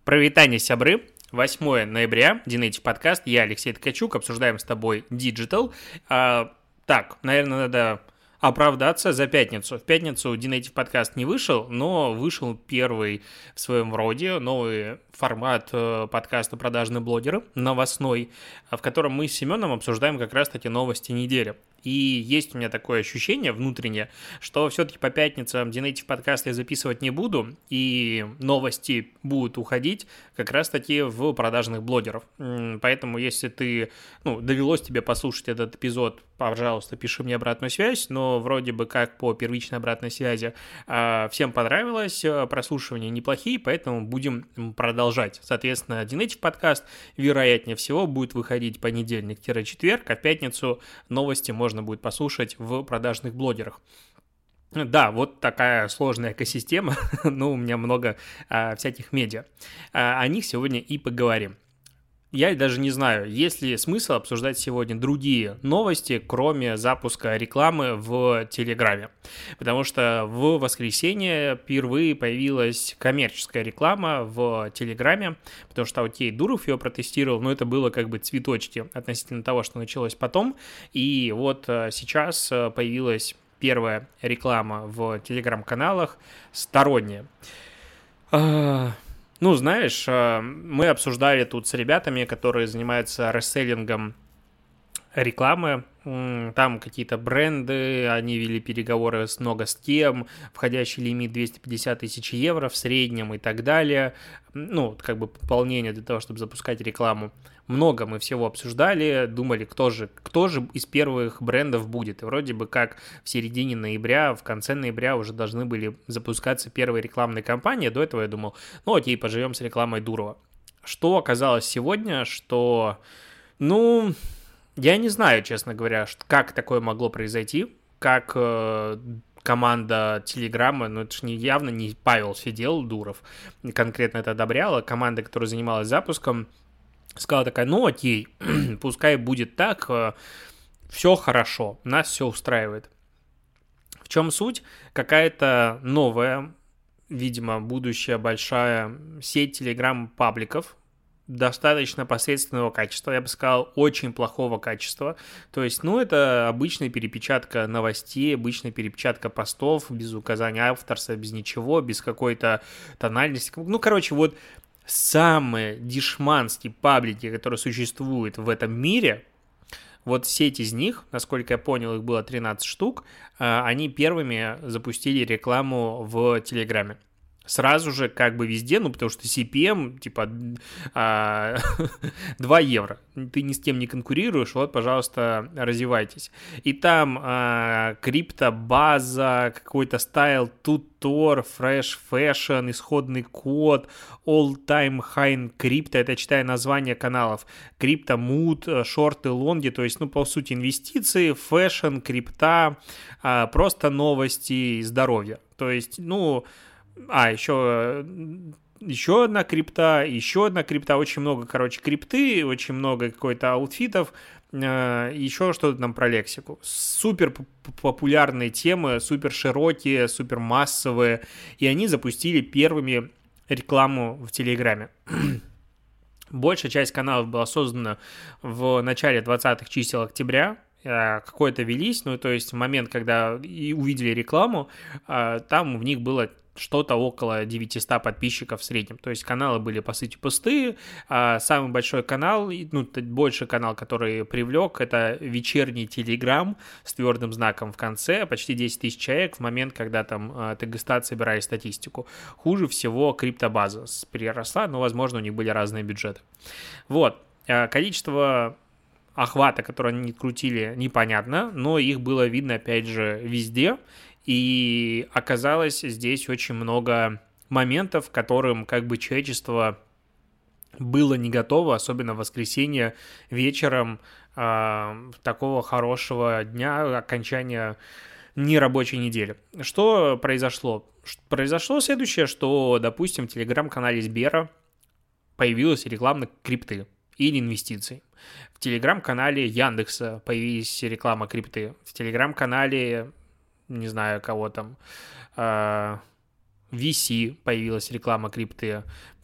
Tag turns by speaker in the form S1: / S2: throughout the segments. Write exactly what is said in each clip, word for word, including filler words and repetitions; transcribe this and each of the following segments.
S1: Провитание, сябры. восьмое ноября, Динейтив подкаст, я Алексей Ткачук, обсуждаем с тобой Digital. А, так, наверное, надо оправдаться за пятницу. В пятницу Динейтив подкаст не вышел, но вышел первый в своем роде новый формат э, подкаста «Продажные блогеры», новостной, в котором мы с Семеном обсуждаем как раз-таки новости недели. И есть у меня такое ощущение внутреннее, что все-таки по пятницам Динейтив подкаст я записывать не буду, и новости будут уходить как раз-таки в продажных блогеров. Поэтому, если ты, ну, довелось тебе послушать этот эпизод, пожалуйста, пиши мне обратную связь, но вроде бы как по первичной обратной связи всем понравилось, прослушивания неплохие, поэтому будем продолжать. Соответственно, Динейтив подкаст, вероятнее всего, будет выходить понедельник-четверг, а в пятницу новости можно будет послушать в продажных блогерах. Да, вот такая сложная экосистема, но у меня много а, всяких медиа. А, о них сегодня и поговорим. Я даже не знаю, есть ли смысл обсуждать сегодня другие новости, кроме запуска рекламы в Телеграме. Потому что в воскресенье впервые появилась коммерческая реклама в Телеграме, потому что окей, Дуров ее протестировал, но это было как бы цветочки относительно того, что началось потом. И вот сейчас появилась первая реклама в Телеграм-каналах сторонняя. Ну, знаешь, мы обсуждали тут с ребятами, которые занимаются реселлингом рекламы. Там какие-то бренды, они вели переговоры с много с кем, входящий лимит двести пятьдесят тысяч евро в среднем и так далее. Ну, как бы пополнение для того, чтобы запускать рекламу. Много мы всего обсуждали, думали, кто же, кто же из первых брендов будет. И вроде бы как в середине ноября, в конце ноября уже должны были запускаться первые рекламные кампании. До этого я думал, ну окей, поживем с рекламой Дурова. Что оказалось сегодня, что, ну, я не знаю, честно говоря, как такое могло произойти, как э, команда Телеграма, ну это же не, явно не Павел сидел, Дуров, конкретно это одобряла, команда, которая занималась запуском, сказала такая, ну окей, пускай будет так, все хорошо, нас все устраивает. В чем суть? Какая-то новая, видимо, будущая большая сеть телеграм-пабликов, достаточно посредственного качества, я бы сказал, очень плохого качества. То есть, ну, это обычная перепечатка новостей, обычная перепечатка постов, без указания авторства, без ничего, без какой-то тональности. Ну, короче, вот самые дешманские паблики, которые существуют в этом мире, вот сеть из них, насколько я понял, их было тринадцать штук, они первыми запустили рекламу в Телеграме. Сразу же как бы везде, ну, потому что си пи эм, типа, а, два евро. Ты ни с кем не конкурируешь, вот, пожалуйста, развивайтесь. И там а, криптобаза, какой-то стайл, тутор, фреш фэшн, исходный код, all time high крипто, это я читаю название каналов, криптомуд, шорты, лонги, то есть, ну, по сути, инвестиции, фэшн, крипта, а, просто новости, здоровья. То есть, ну... А, еще, еще одна крипта, еще одна крипта, очень много, короче, крипты, очень много какой-то аутфитов, еще что-то там про лексику. Супер популярные темы, супер широкие, супер массовые, и они запустили первыми рекламу в Телеграме. Большая часть каналов была создана в начале двадцатых чисел октября, какой-то велись, ну, то есть в момент, когда и увидели рекламу, там в них было что-то около девятьсот подписчиков в среднем. То есть каналы были, по сути, пустые. А самый большой канал, ну, больший канал, который привлек, это вечерний Телеграм с твердым знаком в конце. Почти десять тысяч человек в момент, когда там Тегстат собирали статистику. Хуже всего криптобаза приросла, но, возможно, у них были разные бюджеты. Вот. Количество охвата, которое они крутили, непонятно, но их было видно, опять же, везде. И оказалось здесь очень много моментов, к которым как бы человечество было не готово, особенно в воскресенье вечером э, такого хорошего дня, окончания нерабочей недели. Что произошло? Произошло следующее, что, допустим, в телеграм-канале Сбера появилась реклама крипты или инвестиций. В телеграм-канале Яндекса появилась реклама крипты. В телеграм-канале, не знаю, кого там, ви си появилась реклама крипты.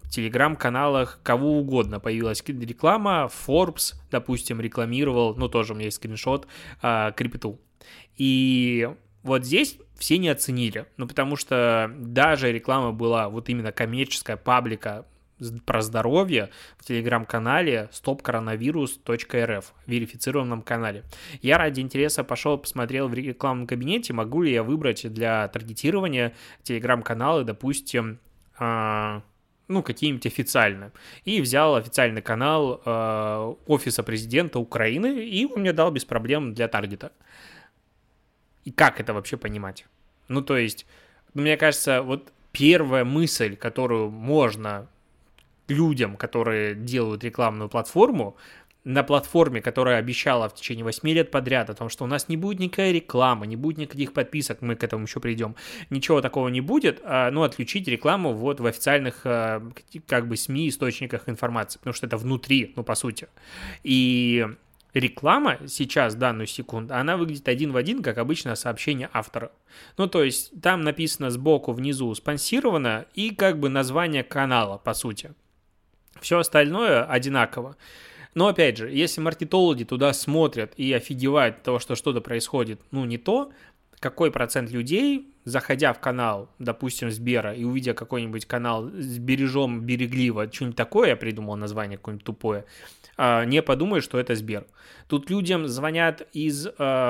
S1: в телеграм-каналах кого угодно появилась реклама. Forbes, допустим, рекламировал, ну, тоже у меня есть скриншот, а, крипту. И вот здесь все не оценили, ну, потому что даже реклама была вот именно коммерческая, паблика про здоровье в телеграм-канале стоп коронавирус точка эр эф, верифицированном канале. Я ради интереса пошел, посмотрел в рекламном кабинете, могу ли я выбрать для таргетирования телеграм-каналы, допустим, э, ну, какие-нибудь официальные. И взял официальный канал э, Офиса президента Украины, и он мне дал без проблем для таргета. И как это вообще понимать? Ну, то есть, мне кажется, вот первая мысль, которую можно людям, которые делают рекламную платформу, на платформе, которая обещала в течение восьми лет подряд о том, что у нас не будет никакой рекламы, не будет никаких подписок, мы к этому еще придем, ничего такого не будет, ну, отключить рекламу вот в официальных как бы СМИ, источниках информации, потому что это внутри, ну, по сути. И реклама сейчас, в данную секунду, она выглядит один в один, как обычно, сообщение автора. Ну, то есть там написано сбоку, внизу спонсировано и как бы название канала, по сути. Все остальное одинаково. Но, опять же, если маркетологи туда смотрят и офигевают от того, что что-то происходит, ну, не то, какой процент людей, заходя в канал, допустим, Сбера, и увидя какой-нибудь канал «Сбережем берегливо», что-нибудь такое, я придумал название какое-нибудь тупое, не подумают, что это Сбер. Тут людям звонят из,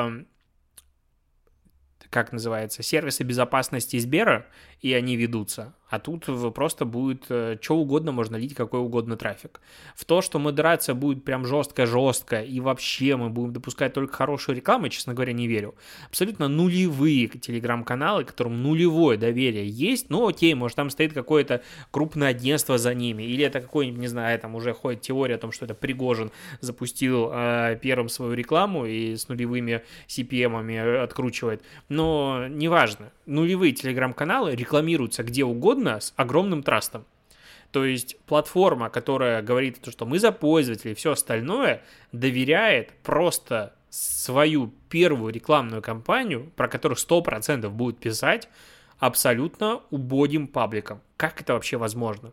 S1: как называется, сервиса безопасности Сбера, и они ведутся. А тут просто будет что угодно, можно лить какой угодно трафик. В то, что модерация будет прям жестко-жестко, и вообще мы будем допускать только хорошую рекламу, я, честно говоря, не верю. Абсолютно нулевые телеграм-каналы, которым нулевое доверие есть, ну окей, может там стоит какое-то крупное агентство за ними, или это какой-нибудь, не знаю, там уже ходит теория о том, что это Пригожин запустил э, первым свою рекламу и с нулевыми си пи эм-ами откручивает. Но неважно, нулевые телеграм-каналы рекламируются где угодно, с огромным трастом. То есть платформа, которая говорит, что мы за пользователей и все остальное, доверяет просто свою первую рекламную кампанию, про которую сто процентов будет писать, абсолютно убогим пабликам. Как это вообще возможно?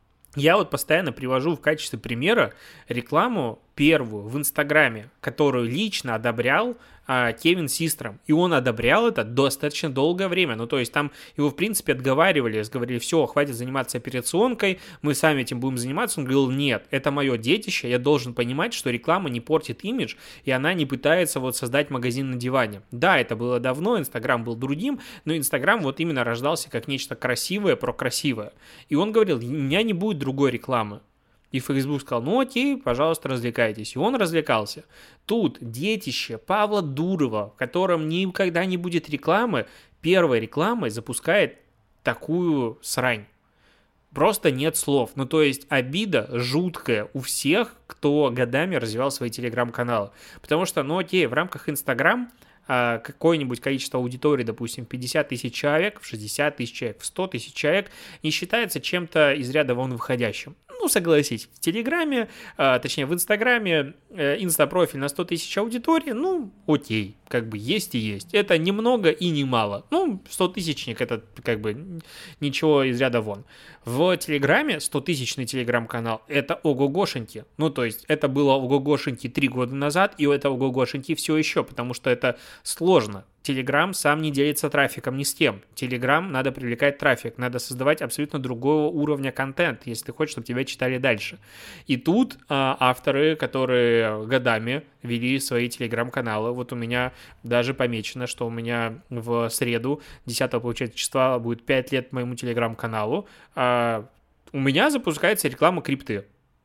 S1: Я вот постоянно привожу в качестве примера рекламу первую в Инстаграме, которую лично одобрял а, Кевин Систром. И он одобрял это достаточно долгое время. Ну, то есть там его, в принципе, отговаривали, говорили, все, хватит заниматься операционкой, мы сами этим будем заниматься. Он говорил, нет, это мое детище, я должен понимать, что реклама не портит имидж, и она не пытается вот создать магазин на диване. Да, это было давно, Инстаграм был другим, но Инстаграм вот именно рождался как нечто красивое, про красивое. И он говорил, у меня не будет другой рекламы. И Facebook сказал, ну окей, пожалуйста, развлекайтесь. И он развлекался. Тут детище Павла Дурова, в котором никогда не будет рекламы, первой рекламой запускает такую срань. Просто нет слов. Ну, то есть обида жуткая у всех, кто годами развивал свои телеграм-каналы. Потому что, ну окей, в рамках Инстаграм какое-нибудь количество аудитории, допустим, пятьдесят тысяч человек, в шестьдесят тысяч человек, в сто тысяч человек, не считается чем-то из ряда вон выходящим. Ну, согласитесь, в Телеграме, а, точнее, в Инстаграме э, инстапрофиль на сто тысяч аудитории, ну, окей, как бы есть и есть. Это немного и не мало. Ну, сто-тысячник, это как бы ничего из ряда вон. В Телеграме сто-тысячный Телеграм-канал – это ого-гошеньки. Ну, то есть, это было ого-гошеньки три года назад, и это ого-гошеньки все еще, потому что это сложно. Телеграм сам не делится трафиком ни с кем. Телеграм надо привлекать трафик, надо создавать абсолютно другого уровня контент, если ты хочешь, чтобы тебя читали дальше. И тут а, авторы, которые годами вели свои телеграм-каналы, вот у меня даже помечено, что у меня в среду, десятого, получается, числа будет пять лет моему телеграм-каналу, а, у меня запускается реклама крипты.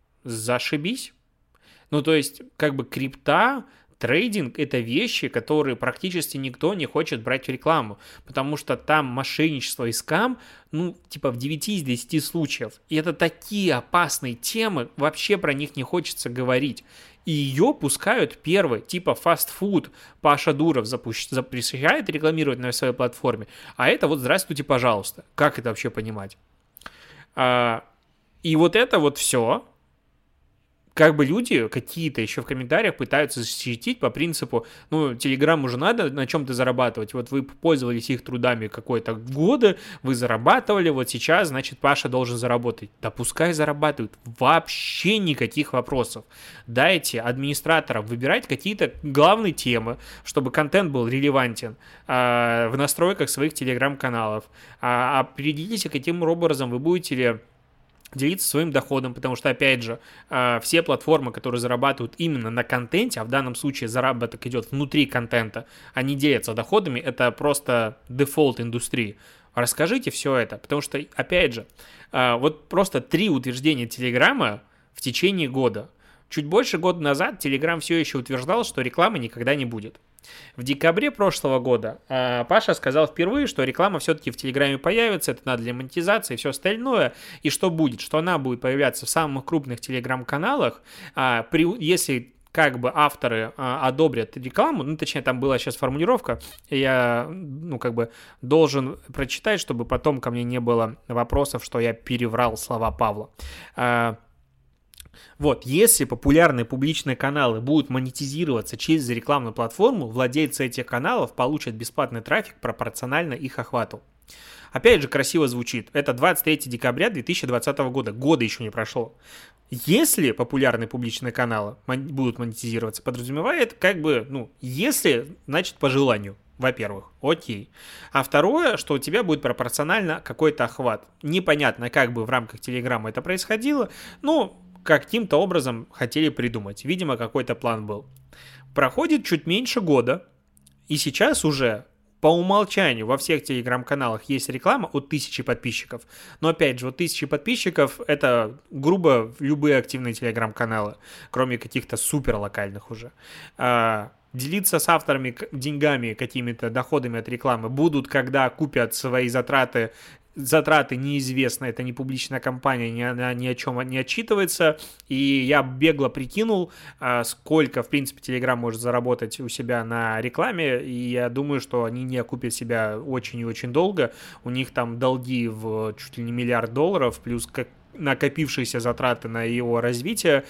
S1: Зашибись. Ну, то есть, как бы крипта... Трейдинг – это вещи, которые практически никто не хочет брать в рекламу, потому что там мошенничество и скам, ну, типа в девяти из десяти случаев. И это такие опасные темы, вообще про них не хочется говорить. И ее пускают первой, типа фастфуд Паша Дуров запрещает рекламировать на своей платформе, а это вот здравствуйте, пожалуйста. Как это вообще понимать? А, и вот это вот все... как бы люди какие-то еще в комментариях пытаются защитить по принципу, ну, Телеграму же надо на чем-то зарабатывать, вот вы пользовались их трудами какое-то годы, вы зарабатывали, вот сейчас, значит, Паша должен заработать. Да пускай зарабатывает, вообще никаких вопросов. Дайте администраторам выбирать какие-то главные темы, чтобы контент был релевантен а, в настройках своих Телеграм-каналов. А, определитесь, каким образом вы будете ли делиться своим доходом, потому что, опять же, все платформы, которые зарабатывают именно на контенте, а в данном случае заработок идет внутри контента, они делятся доходами, это просто дефолт индустрии. Расскажите все это, потому что, опять же, вот просто три утверждения Телеграма в течение года. Чуть больше года назад Телеграм все еще утверждал, что рекламы никогда не будет. В декабре прошлого года э, Паша сказал впервые, что реклама все-таки в Телеграме появится, это надо для монетизации и все остальное, и что будет, что она будет появляться в самых крупных Телеграм-каналах, э, при, если как бы авторы э, одобрят рекламу, ну, точнее, там была сейчас формулировка, я, ну, как бы должен прочитать, чтобы потом ко мне не было вопросов, что я переврал слова Павла. Э, Вот, если популярные публичные каналы будут монетизироваться через рекламную платформу, владельцы этих каналов получат бесплатный трафик пропорционально их охвату. Опять же, красиво звучит. Это двадцать третьего декабря две тысячи двадцатого года. Года еще не прошло. Если популярные публичные каналы будут монетизироваться, подразумевает как бы, ну, если, значит, по желанию. Во-первых, окей. А второе, что у тебя будет пропорционально какой-то охват. Непонятно, как бы в рамках Телеграма это происходило, но каким-то образом хотели придумать. Видимо, какой-то план был. Проходит чуть меньше года, и сейчас уже по умолчанию во всех телеграм-каналах есть реклама от тысячи подписчиков. Но опять же, вот тысячи подписчиков — это грубо любые активные телеграм-каналы, кроме каких-то супер локальных уже. Делиться с авторами деньгами, какими-то доходами от рекламы будут, когда купят свои затраты. Затраты неизвестны, это не публичная компания, ни, она ни о чем не отчитывается, и я бегло прикинул, сколько, в принципе, Telegram может заработать у себя на рекламе, и я думаю, что они не окупят себя очень и очень долго, у них там долги в чуть ли не миллиард долларов, плюс как накопившиеся затраты на его развитие,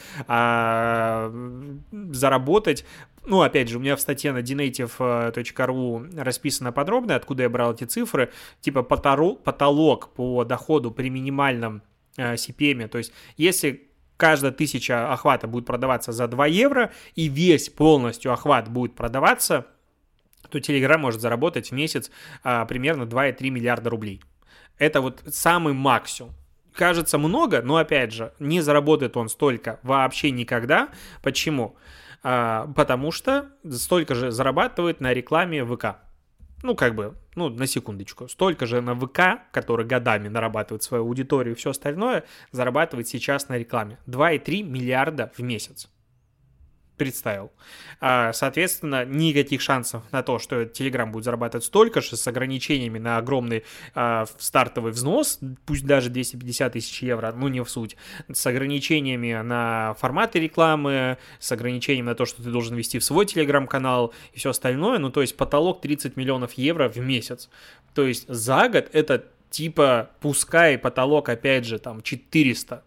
S1: а заработать. Ну, опять же, у меня в статье на динейтив точка ру расписано подробно, откуда я брал эти цифры. Типа потолок по доходу при минимальном си пи эм, то есть если каждая тысяча охвата будет продаваться за два евро, и весь полностью охват будет продаваться, то Telegram может заработать в месяц а, примерно два и три миллиарда рублей. Это вот самый максимум. Кажется много, но, опять же, не заработает он столько вообще никогда. Почему? А, потому что столько же зарабатывает на рекламе ВК. Ну, как бы, ну, на секундочку. Столько же на ВК, который годами нарабатывает свою аудиторию и все остальное, зарабатывает сейчас на рекламе. два и три миллиарда в месяц. Представил. Соответственно, никаких шансов на то, что Telegram будет зарабатывать столько же, с ограничениями на огромный э, стартовый взнос, пусть даже двести пятьдесят тысяч евро, ну не в суть, с ограничениями на форматы рекламы, с ограничением на то, что ты должен вести в свой Telegram-канал и все остальное, ну то есть потолок тридцать миллионов евро в месяц. То есть за год это типа, пускай потолок опять же там четыреста.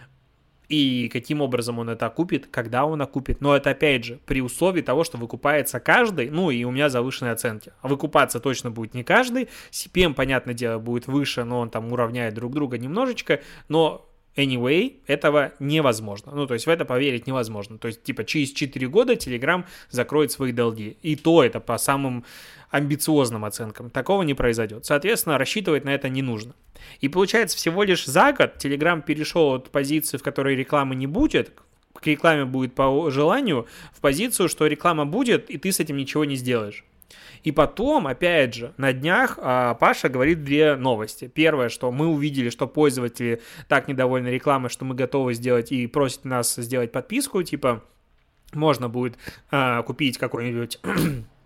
S1: И каким образом он это окупит, когда он окупит. Но это, опять же, при условии того, что выкупается каждый, ну и у меня завышенные оценки. А выкупаться точно будет не каждый. си пи эм, понятное дело, будет выше, но он там уравняет друг друга немножечко. Но anyway, этого невозможно. Ну, то есть в это поверить невозможно. То есть, типа, через четыре года Telegram закроет свои долги. И то это по самым амбициозным оценкам. Такого не произойдет. Соответственно, рассчитывать на это не нужно. И получается, всего лишь за год Telegram перешел от позиции, в которой рекламы не будет, к рекламе будет по желанию, в позицию, что реклама будет, и ты с этим ничего не сделаешь. И потом, опять же, на днях Паша говорит две новости. Первое, что мы увидели, что пользователи так недовольны рекламой, что мы готовы сделать и просят нас сделать подписку, типа можно будет а, купить какой-нибудь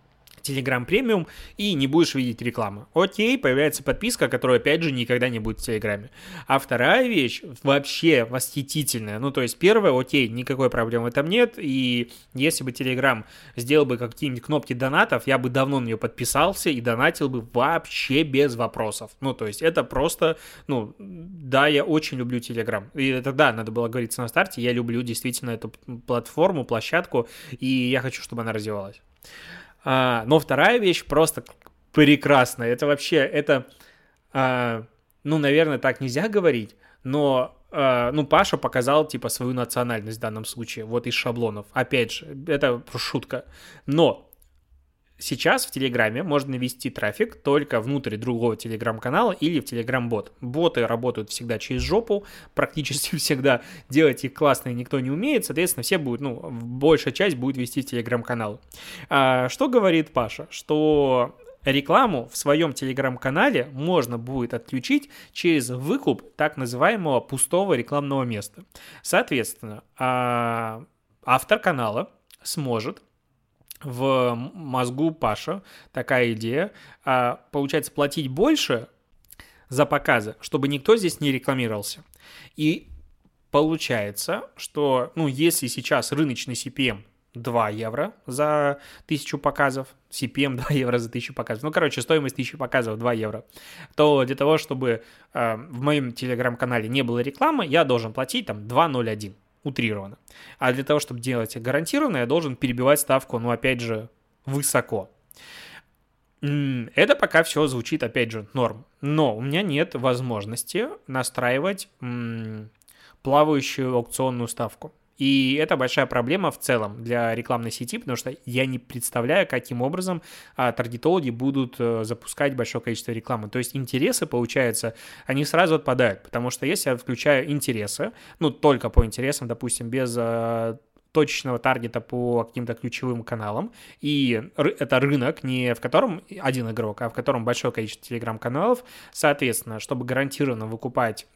S1: Telegram премиум и не будешь видеть рекламы. Окей, появляется подписка, которая, опять же, никогда не будет в Телеграме. А вторая вещь вообще восхитительная. Ну, то есть, первая, окей, никакой проблемы в этом нет. И если бы Telegram сделал бы какие-нибудь кнопки донатов, я бы давно на нее подписался и донатил бы вообще без вопросов. Ну, то есть, это просто, ну, да, я очень люблю Telegram. И это, да, надо было говорить на старте, я люблю действительно эту платформу, площадку, и я хочу, чтобы она развивалась. А, но вторая вещь просто прекрасная. Это вообще, это, а, ну, наверное, так нельзя говорить, но, а, ну, Паша показал, типа, свою национальность в данном случае, вот из шаблонов. Опять же, это шутка. Но сейчас в Телеграме можно вести трафик только внутрь другого Телеграм-канала или в Телеграм-бот. Боты работают всегда через жопу, практически всегда. Делать их классно никто не умеет, соответственно, все будут, ну, большая часть будет вести в Телеграм-канал. А, что говорит Паша? Что рекламу в своем Телеграм-канале можно будет отключить через выкуп так называемого пустого рекламного места. Соответственно, а, автор канала сможет в мозгу Паша такая идея, а, получается, платить больше за показы, чтобы никто здесь не рекламировался. И получается, что, ну, если сейчас рыночный си пи эм два евро за тысячу показов, си пи эм два евро за тысячу показов, ну, короче, стоимость тысячи показов два евро, то для того, чтобы э, в моем телеграм-канале не было рекламы, я должен платить там два ноль один. Утрированно. А для того, чтобы делать гарантированно, я должен перебивать ставку, ну, опять же, высоко. Это пока все звучит, опять же, норм. Но у меня нет возможности настраивать м- плавающую аукционную ставку. И это большая проблема в целом для рекламной сети, потому что я не представляю, каким образом а, таргетологи будут а, запускать большое количество рекламы. То есть интересы, получается, они сразу отпадают, потому что если я включаю интересы, ну, только по интересам, допустим, без а, точечного таргета по каким-то ключевым каналам, и это рынок, не в котором один игрок, а в котором большое количество телеграм-каналов, соответственно, чтобы гарантированно выкупать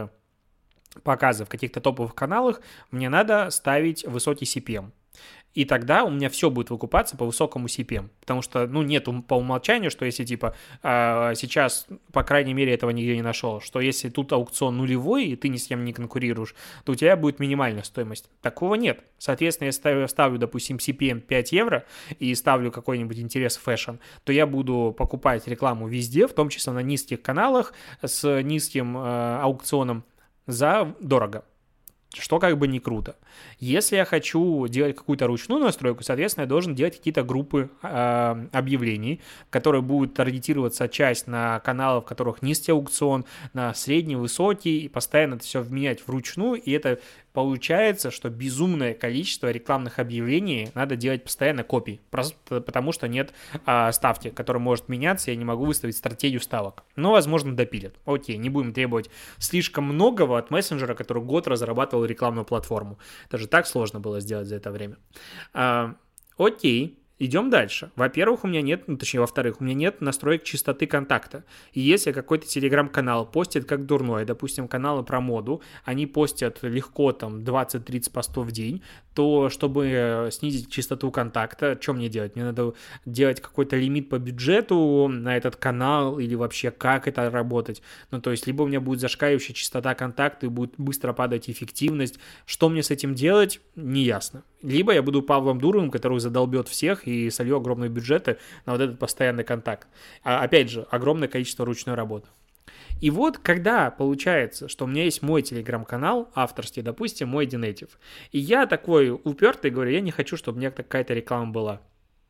S1: показы в каких-то топовых каналах, мне надо ставить высокий си пи эм. И тогда у меня все будет выкупаться по высокому си пи эм. Потому что, ну, нет по умолчанию, что если, типа, сейчас, по крайней мере, этого нигде не нашел, что если тут аукцион нулевой, и ты ни с кем не конкурируешь, то у тебя будет минимальная стоимость. Такого нет. Соответственно, если я ставлю, допустим, си пи эм пять евро и ставлю какой-нибудь интерес фэшн, то я буду покупать рекламу везде, в том числе на низких каналах с низким э, аукционом, за дорого, что как бы не круто. Если я хочу делать какую-то ручную настройку, соответственно, я должен делать какие-то группы э, объявлений, которые будут таргетироваться часть на каналы, в которых низкий аукцион, на средний, высокий, и постоянно это все вменять вручную, и это получается, что безумное количество рекламных объявлений надо делать постоянно копий, просто потому что нет а, ставки, которая может меняться, я не могу выставить стратегию ставок. Но, возможно, допилят. Окей, не будем требовать слишком многого от мессенджера, который год разрабатывал рекламную платформу. Это же так сложно было сделать за это время. А, окей. Идем дальше. Во-первых, у меня нет, ну, точнее, во-вторых, у меня нет настроек частоты контакта. И если какой-то телеграм-канал постит как дурной, допустим, каналы про моду, они постят легко там двадцать-тридцать постов в день, то чтобы снизить частоту контакта, что мне делать? Мне надо делать какой-то лимит по бюджету на этот канал или вообще как это работать? Ну, то есть, либо у меня будет зашкаливающая частота контакта и будет быстро падать эффективность. Что мне с этим делать? Неясно. Либо я буду Павлом Дуровым, который задолбет всех и солью огромные бюджеты на вот этот постоянный контакт. А, опять же, огромное количество ручной работы. И вот, когда получается, что у меня есть мой телеграм-канал авторский, допустим, мой Dinative, и я такой упертый говорю, я не хочу, чтобы у меня какая-то реклама была.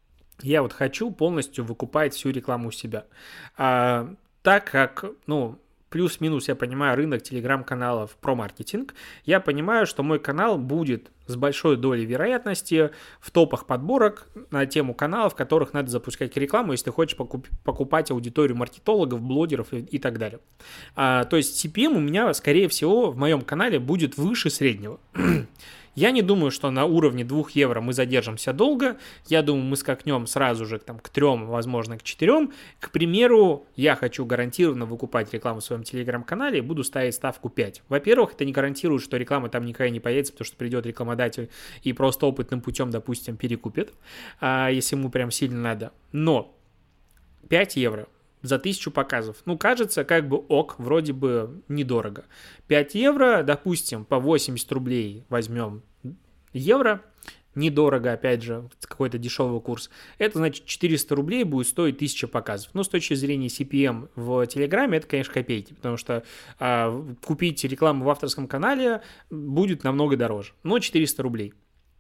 S1: Я вот хочу полностью выкупать всю рекламу у себя. А, так как, ну... плюс-минус я понимаю рынок телеграм-каналов про маркетинг, я понимаю, что мой канал будет с большой долей вероятности в топах подборок на тему каналов, в которых надо запускать рекламу, если ты хочешь покуп- покупать аудиторию маркетологов, блогеров и, и так далее. А, то есть си пи эм у меня, скорее всего, в моем канале будет выше среднего. Я не думаю, что на уровне двух евро мы задержимся долго. Я думаю, мы скакнем сразу же там, к трем, возможно, к четырем. К примеру, я хочу гарантированно выкупать рекламу в своем телеграм-канале и буду ставить ставку пять. Во-первых, это не гарантирует, что реклама там никогда не появится, потому что придет рекламодатель и просто опытным путем, допустим, перекупит, если ему прям сильно надо. Но пять евро за тысячу показов. Ну, кажется, как бы ок, вроде бы недорого. пять евро, допустим, по восемьдесят рублей возьмем евро, недорого, опять же, какой-то дешевый курс. Это значит четыреста рублей будет стоить тысяча показов. Но с точки зрения си пи эм в Телеграме это, конечно, копейки, потому что а, купить рекламу в авторском канале будет намного дороже. Но четыреста рублей.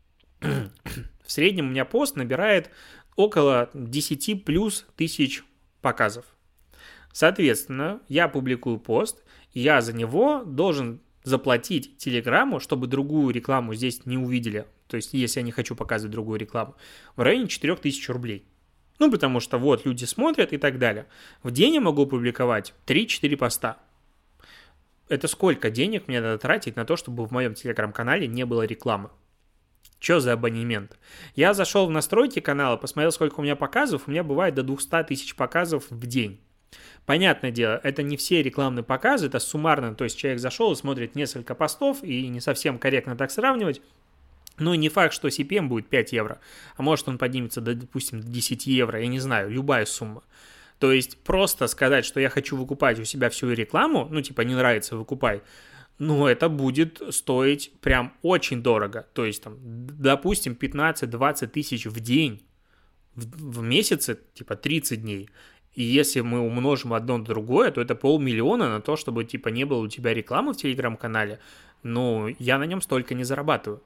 S1: В среднем у меня пост набирает около десять плюс тысяч показов. Соответственно, я публикую пост, и я за него должен заплатить Телеграму, чтобы другую рекламу здесь не увидели. То есть, если я не хочу показывать другую рекламу, в районе четыре тысячи рублей. Ну, потому что вот люди смотрят и так далее. В день я могу публиковать три-четыре поста. Это сколько денег мне надо тратить на то, чтобы в моем Телеграм-канале не было рекламы? Что за абонемент? Я зашел в настройки канала, посмотрел, сколько у меня показов. У меня бывает до двести тысяч показов в день. Понятное дело, это не все рекламные показы, это суммарно. То есть человек зашел и смотрит несколько постов, и не совсем корректно так сравнивать. Но не факт, что си пи эм будет пять евро. А может он поднимется, до, допустим, до десять евро. Я не знаю, любая сумма. То есть просто сказать, что я хочу выкупать у себя всю рекламу, ну типа не нравится, выкупай. Ну, это будет стоить прям очень дорого. То есть, там, допустим, пятнадцать-двадцать тысяч в день, в, в месяце, типа, тридцать дней. И если мы умножим одно на другое, то это полмиллиона на то, чтобы, типа, не было у тебя рекламы в Телеграм-канале. Ну, я на нем столько не зарабатываю.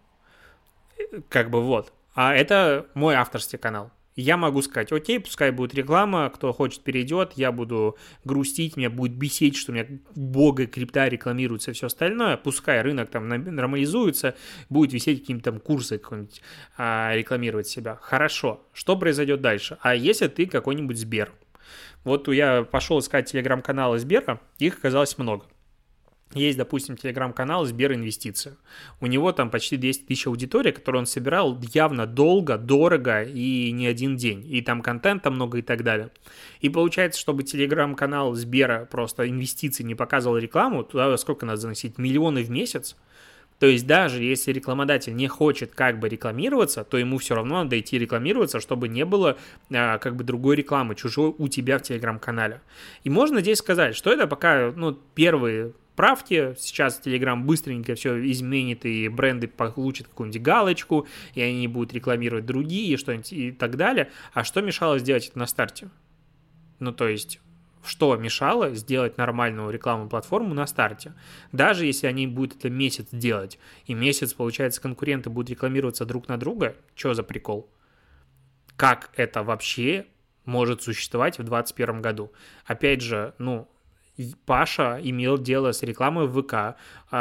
S1: Как бы вот. А это мой авторский канал. Я могу сказать, окей, пускай будет реклама, кто хочет перейдет, я буду грустить, меня будет бесить, что у меня бога крипта рекламируется и все остальное, пускай рынок там нормализуется, будет висеть какие-то там курсы какой-нибудь а, рекламировать себя. Хорошо, что произойдет дальше? А если ты какой-нибудь Сбер? Вот я пошел искать телеграм-каналы Сбера, их оказалось много. Есть, допустим, телеграм-канал Сберинвестиция. У него там почти двести тысяч аудитории, которую он собирал явно долго, дорого и не один день. И там контента много и так далее. И получается, чтобы телеграм-канал Сбера просто инвестиций не показывал рекламу, туда сколько надо заносить? Миллионы в месяц? То есть даже если рекламодатель не хочет как бы рекламироваться, то ему все равно надо идти рекламироваться, чтобы не было а, как бы другой рекламы, чужой у тебя в телеграм-канале. И можно здесь сказать, что это пока ну, первые правки, сейчас Telegram быстренько все изменит, и бренды получат какую-нибудь галочку, и они будут рекламировать другие, что-нибудь и так далее. А что мешало сделать это на старте? Ну, то есть, что мешало сделать нормальную рекламную платформу на старте? Даже если они будут это месяц делать, и месяц, получается, конкуренты будут рекламироваться друг на друга, что за прикол? Как это вообще может существовать в двадцать первом году? Опять же, ну, Паша имел дело с рекламой в ВК,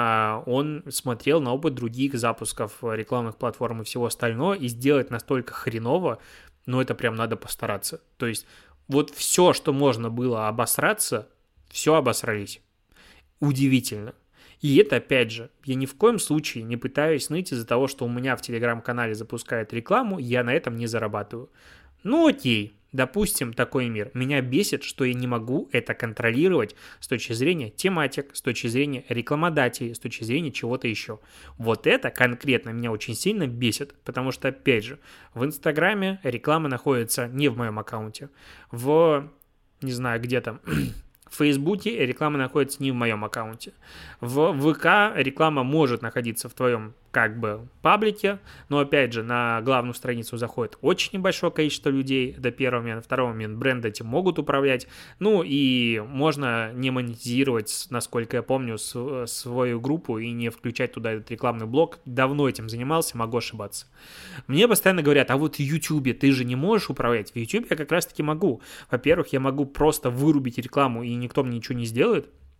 S1: он смотрел на опыт других запусков рекламных платформ и всего остального, и сделать настолько хреново, ну это прям надо постараться. То есть вот все, что можно было обосраться, все обосрались. Удивительно. И это, опять же, я ни в коем случае не пытаюсь ныть из-за того, что у меня в телеграм-канале запускают рекламу, я на этом не зарабатываю. Ну окей. Допустим, такой мир. Меня бесит, что я не могу это контролировать с точки зрения тематик, с точки зрения рекламодателей, с точки зрения чего-то еще. Вот это конкретно меня очень сильно бесит, потому что, опять же, в Инстаграме реклама находится не в моем аккаунте. В, не знаю, где там... В Фейсбуке реклама находится не в моем аккаунте. В ВК реклама может находиться в твоем как бы паблике, но опять же на главную страницу заходит очень небольшое количество людей, это первый момент. Второй момент, бренды этим могут управлять. Ну и можно не монетизировать, насколько я помню, свою группу и не включать туда этот рекламный блок. Давно этим занимался, могу ошибаться. Мне постоянно говорят, а вот в Ютубе ты же не можешь управлять. В Ютубе я как раз таки могу. Во-первых, я могу просто вырубить рекламу и никто мне ничего не сделает.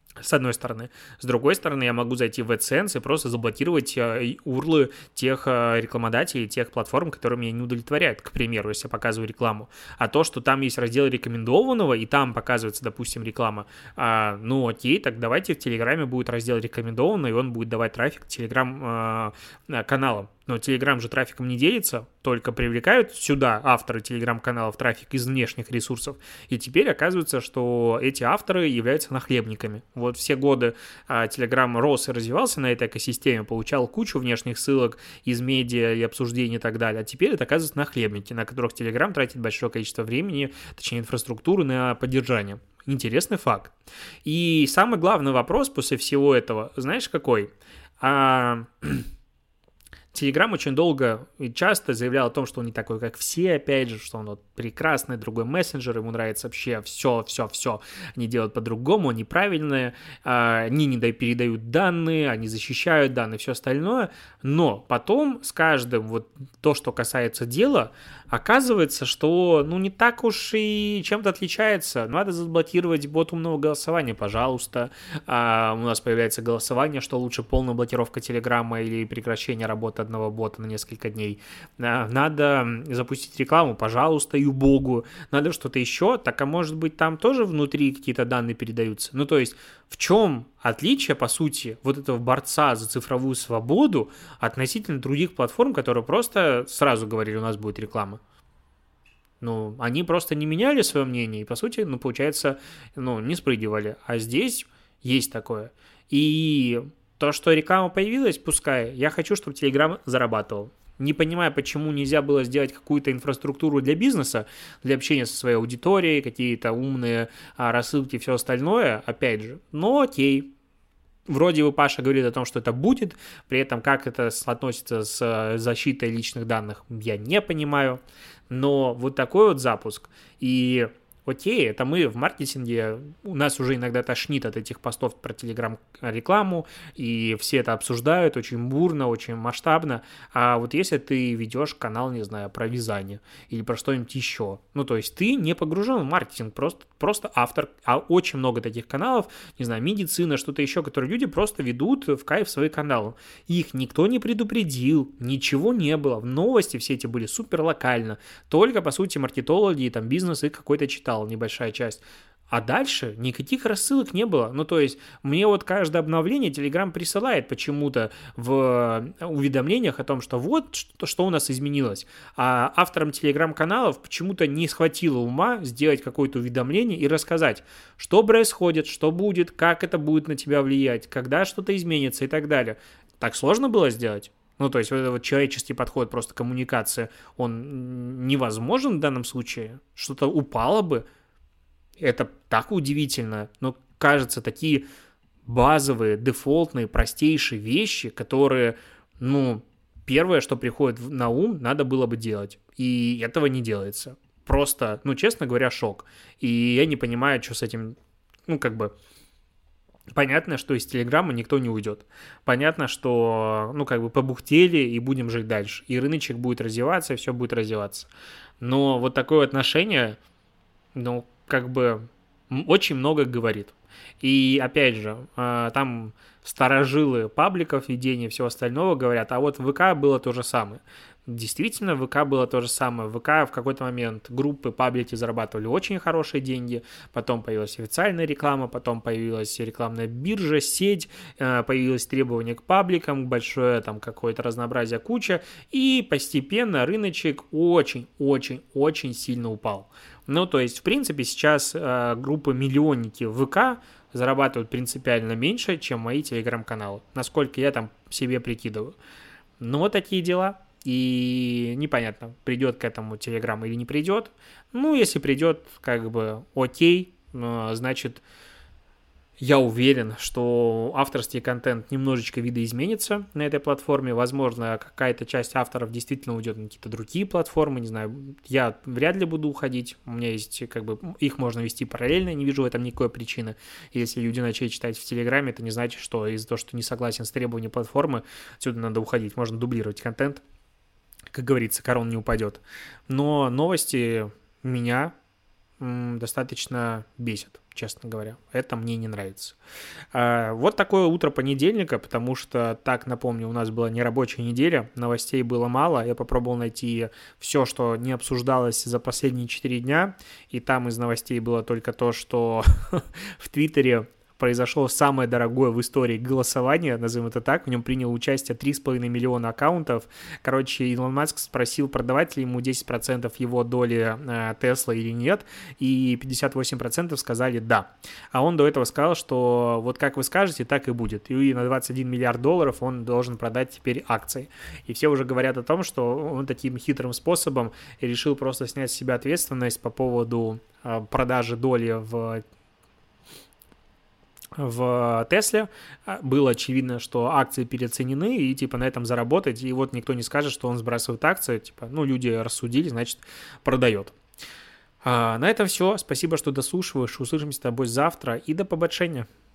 S1: С одной стороны. С другой стороны, я могу зайти в AdSense и просто заблокировать э, урлы тех э, рекламодателей, тех платформ, которые меня не удовлетворяют, к примеру, если я показываю рекламу. А то, что там есть раздел рекомендованного, и там показывается, допустим, реклама, а, ну окей, так давайте в Телеграме будет раздел рекомендованный, и он будет давать трафик Телеграм-каналам. Но Telegram же трафиком не делится, только привлекают сюда авторы Telegram-каналов трафик из внешних ресурсов. И теперь оказывается, что эти авторы являются нахлебниками. Вот все годы а, Telegram рос и развивался на этой экосистеме, получал кучу внешних ссылок из медиа и обсуждений и так далее. А теперь это оказывается нахлебники, на которых Telegram тратит большое количество времени, точнее инфраструктуры на поддержание. Интересный факт. И самый главный вопрос после всего этого, знаешь какой? А... Telegram очень долго и часто заявлял о том, что он не такой, как все, опять же, что он вот прекрасный, другой мессенджер, ему нравится вообще все, все, все. Они делают по-другому, они правильные, они не передают данные, они защищают данные, все остальное. Но потом с каждым, вот то, что касается дела, оказывается, что ну не так уж и чем-то отличается. Надо заблокировать бот умного голосования, пожалуйста. А у нас появляется голосование, что лучше полная блокировка Телеграма или прекращение работы одного бота на несколько дней. Надо запустить рекламу, пожалуйста, и богу. Надо что-то еще, так а может быть там тоже внутри какие-то данные передаются. Ну то есть в чем отличие, по сути, вот этого борца за цифровую свободу относительно других платформ, которые просто сразу говорили, у нас будет реклама? Ну, они просто не меняли свое мнение и, по сути, ну, получается, ну, не спрыгивали. А здесь есть такое. И то, что реклама появилась, пускай, я хочу, чтобы Telegram зарабатывал. Не понимаю, почему нельзя было сделать какую-то инфраструктуру для бизнеса, для общения со своей аудиторией, какие-то умные а, рассылки и все остальное, опять же. Но окей. Вроде бы Паша говорит о том, что это будет, при этом как это соотносится с защитой личных данных, я не понимаю. Но вот такой вот запуск. И окей, это мы в маркетинге, у нас уже иногда тошнит от этих постов про Telegram-рекламу, и все это обсуждают очень бурно, очень масштабно. А вот если ты ведешь канал, не знаю, про вязание или про что-нибудь еще, ну, то есть ты не погружен в маркетинг, просто, просто автор, а очень много таких каналов, не знаю, медицина, что-то еще, которые люди просто ведут в кайф свои каналы. Их никто не предупредил, ничего не было, новости все эти были супер локально, только, по сути, маркетологи, там, бизнес их какой-то читал, небольшая часть. А дальше никаких рассылок не было. Ну, то есть, мне вот каждое обновление Telegram присылает почему-то в уведомлениях о том, что вот что, что у нас изменилось. А авторам Telegram-каналов почему-то не схватило ума сделать какое-то уведомление и рассказать, что происходит, что будет, как это будет на тебя влиять, когда что-то изменится и так далее. Так сложно было сделать? Ну, то есть, вот этот вот человеческий подход, просто коммуникация, он невозможен в данном случае? Что-то упало бы? Это так удивительно. Но, кажется, такие базовые, дефолтные, простейшие вещи, которые, ну, первое, что приходит на ум, надо было бы делать. И этого не делается. Просто, ну, честно говоря, шок. И я не понимаю, что с этим, ну, как бы... Понятно, что из Телеграма никто не уйдет. Понятно, что, ну, как бы побухтели и будем жить дальше. И рыночек будет развиваться, и все будет развиваться. Но вот такое отношение, ну, как бы очень много говорит. И, опять же, там старожилы пабликов, ведения и всего остального говорят, а вот в ВК было то же самое. Действительно, в ВК было то же самое. В ВК в какой-то момент группы, паблики зарабатывали очень хорошие деньги, потом появилась официальная реклама, потом появилась рекламная биржа, сеть, появилось требование к пабликам, большое там какое-то разнообразие, куча, и постепенно рыночек очень-очень-очень сильно упал. Ну, то есть, в принципе, сейчас группы миллионники в ВК зарабатывают принципиально меньше, чем мои телеграм-каналы, насколько я там себе прикидываю. Ну, вот такие дела. И непонятно, придет к этому Telegram или не придет. Ну, если придет, как бы окей, значит, я уверен, что авторский контент немножечко видоизменится на этой платформе. Возможно, какая-то часть авторов действительно уйдет на какие-то другие платформы, не знаю, я вряд ли буду уходить. У меня есть, как бы, их можно вести параллельно, не вижу в этом никакой причины. Если люди начали читать в Телеграме, это не значит, что из-за того, что не согласен с требованием платформы, отсюда надо уходить. Можно дублировать контент. Как говорится, корона не упадет. Но новости меня м, достаточно бесит, честно говоря. Это мне не нравится. А, вот такое утро понедельника, потому что, так напомню, у нас была нерабочая неделя, новостей было мало, я попробовал найти все, что не обсуждалось за последние четыре дня, и там из новостей было только то, что в Твиттере произошло самое дорогое в истории голосование, назовем это так, в нем приняло участие три с половиной миллиона аккаунтов. Короче, Илон Маск спросил, продавать ли ему десять процентов его доли Тесла или нет, и пятьдесят восемь процентов сказали «да». А он до этого сказал, что вот как вы скажете, так и будет. И на двадцать один миллиард долларов он должен продать теперь акции. И все уже говорят о том, что он таким хитрым способом решил просто снять с себя ответственность по поводу продажи доли в в Тесле. Было очевидно, что акции переоценены, и типа на этом заработать, и вот никто не скажет, что он сбрасывает акции, типа, ну, люди рассудили, значит, продает. А на этом все. Спасибо, что дослушиваешь. Услышимся с тобой завтра, и до побольшения.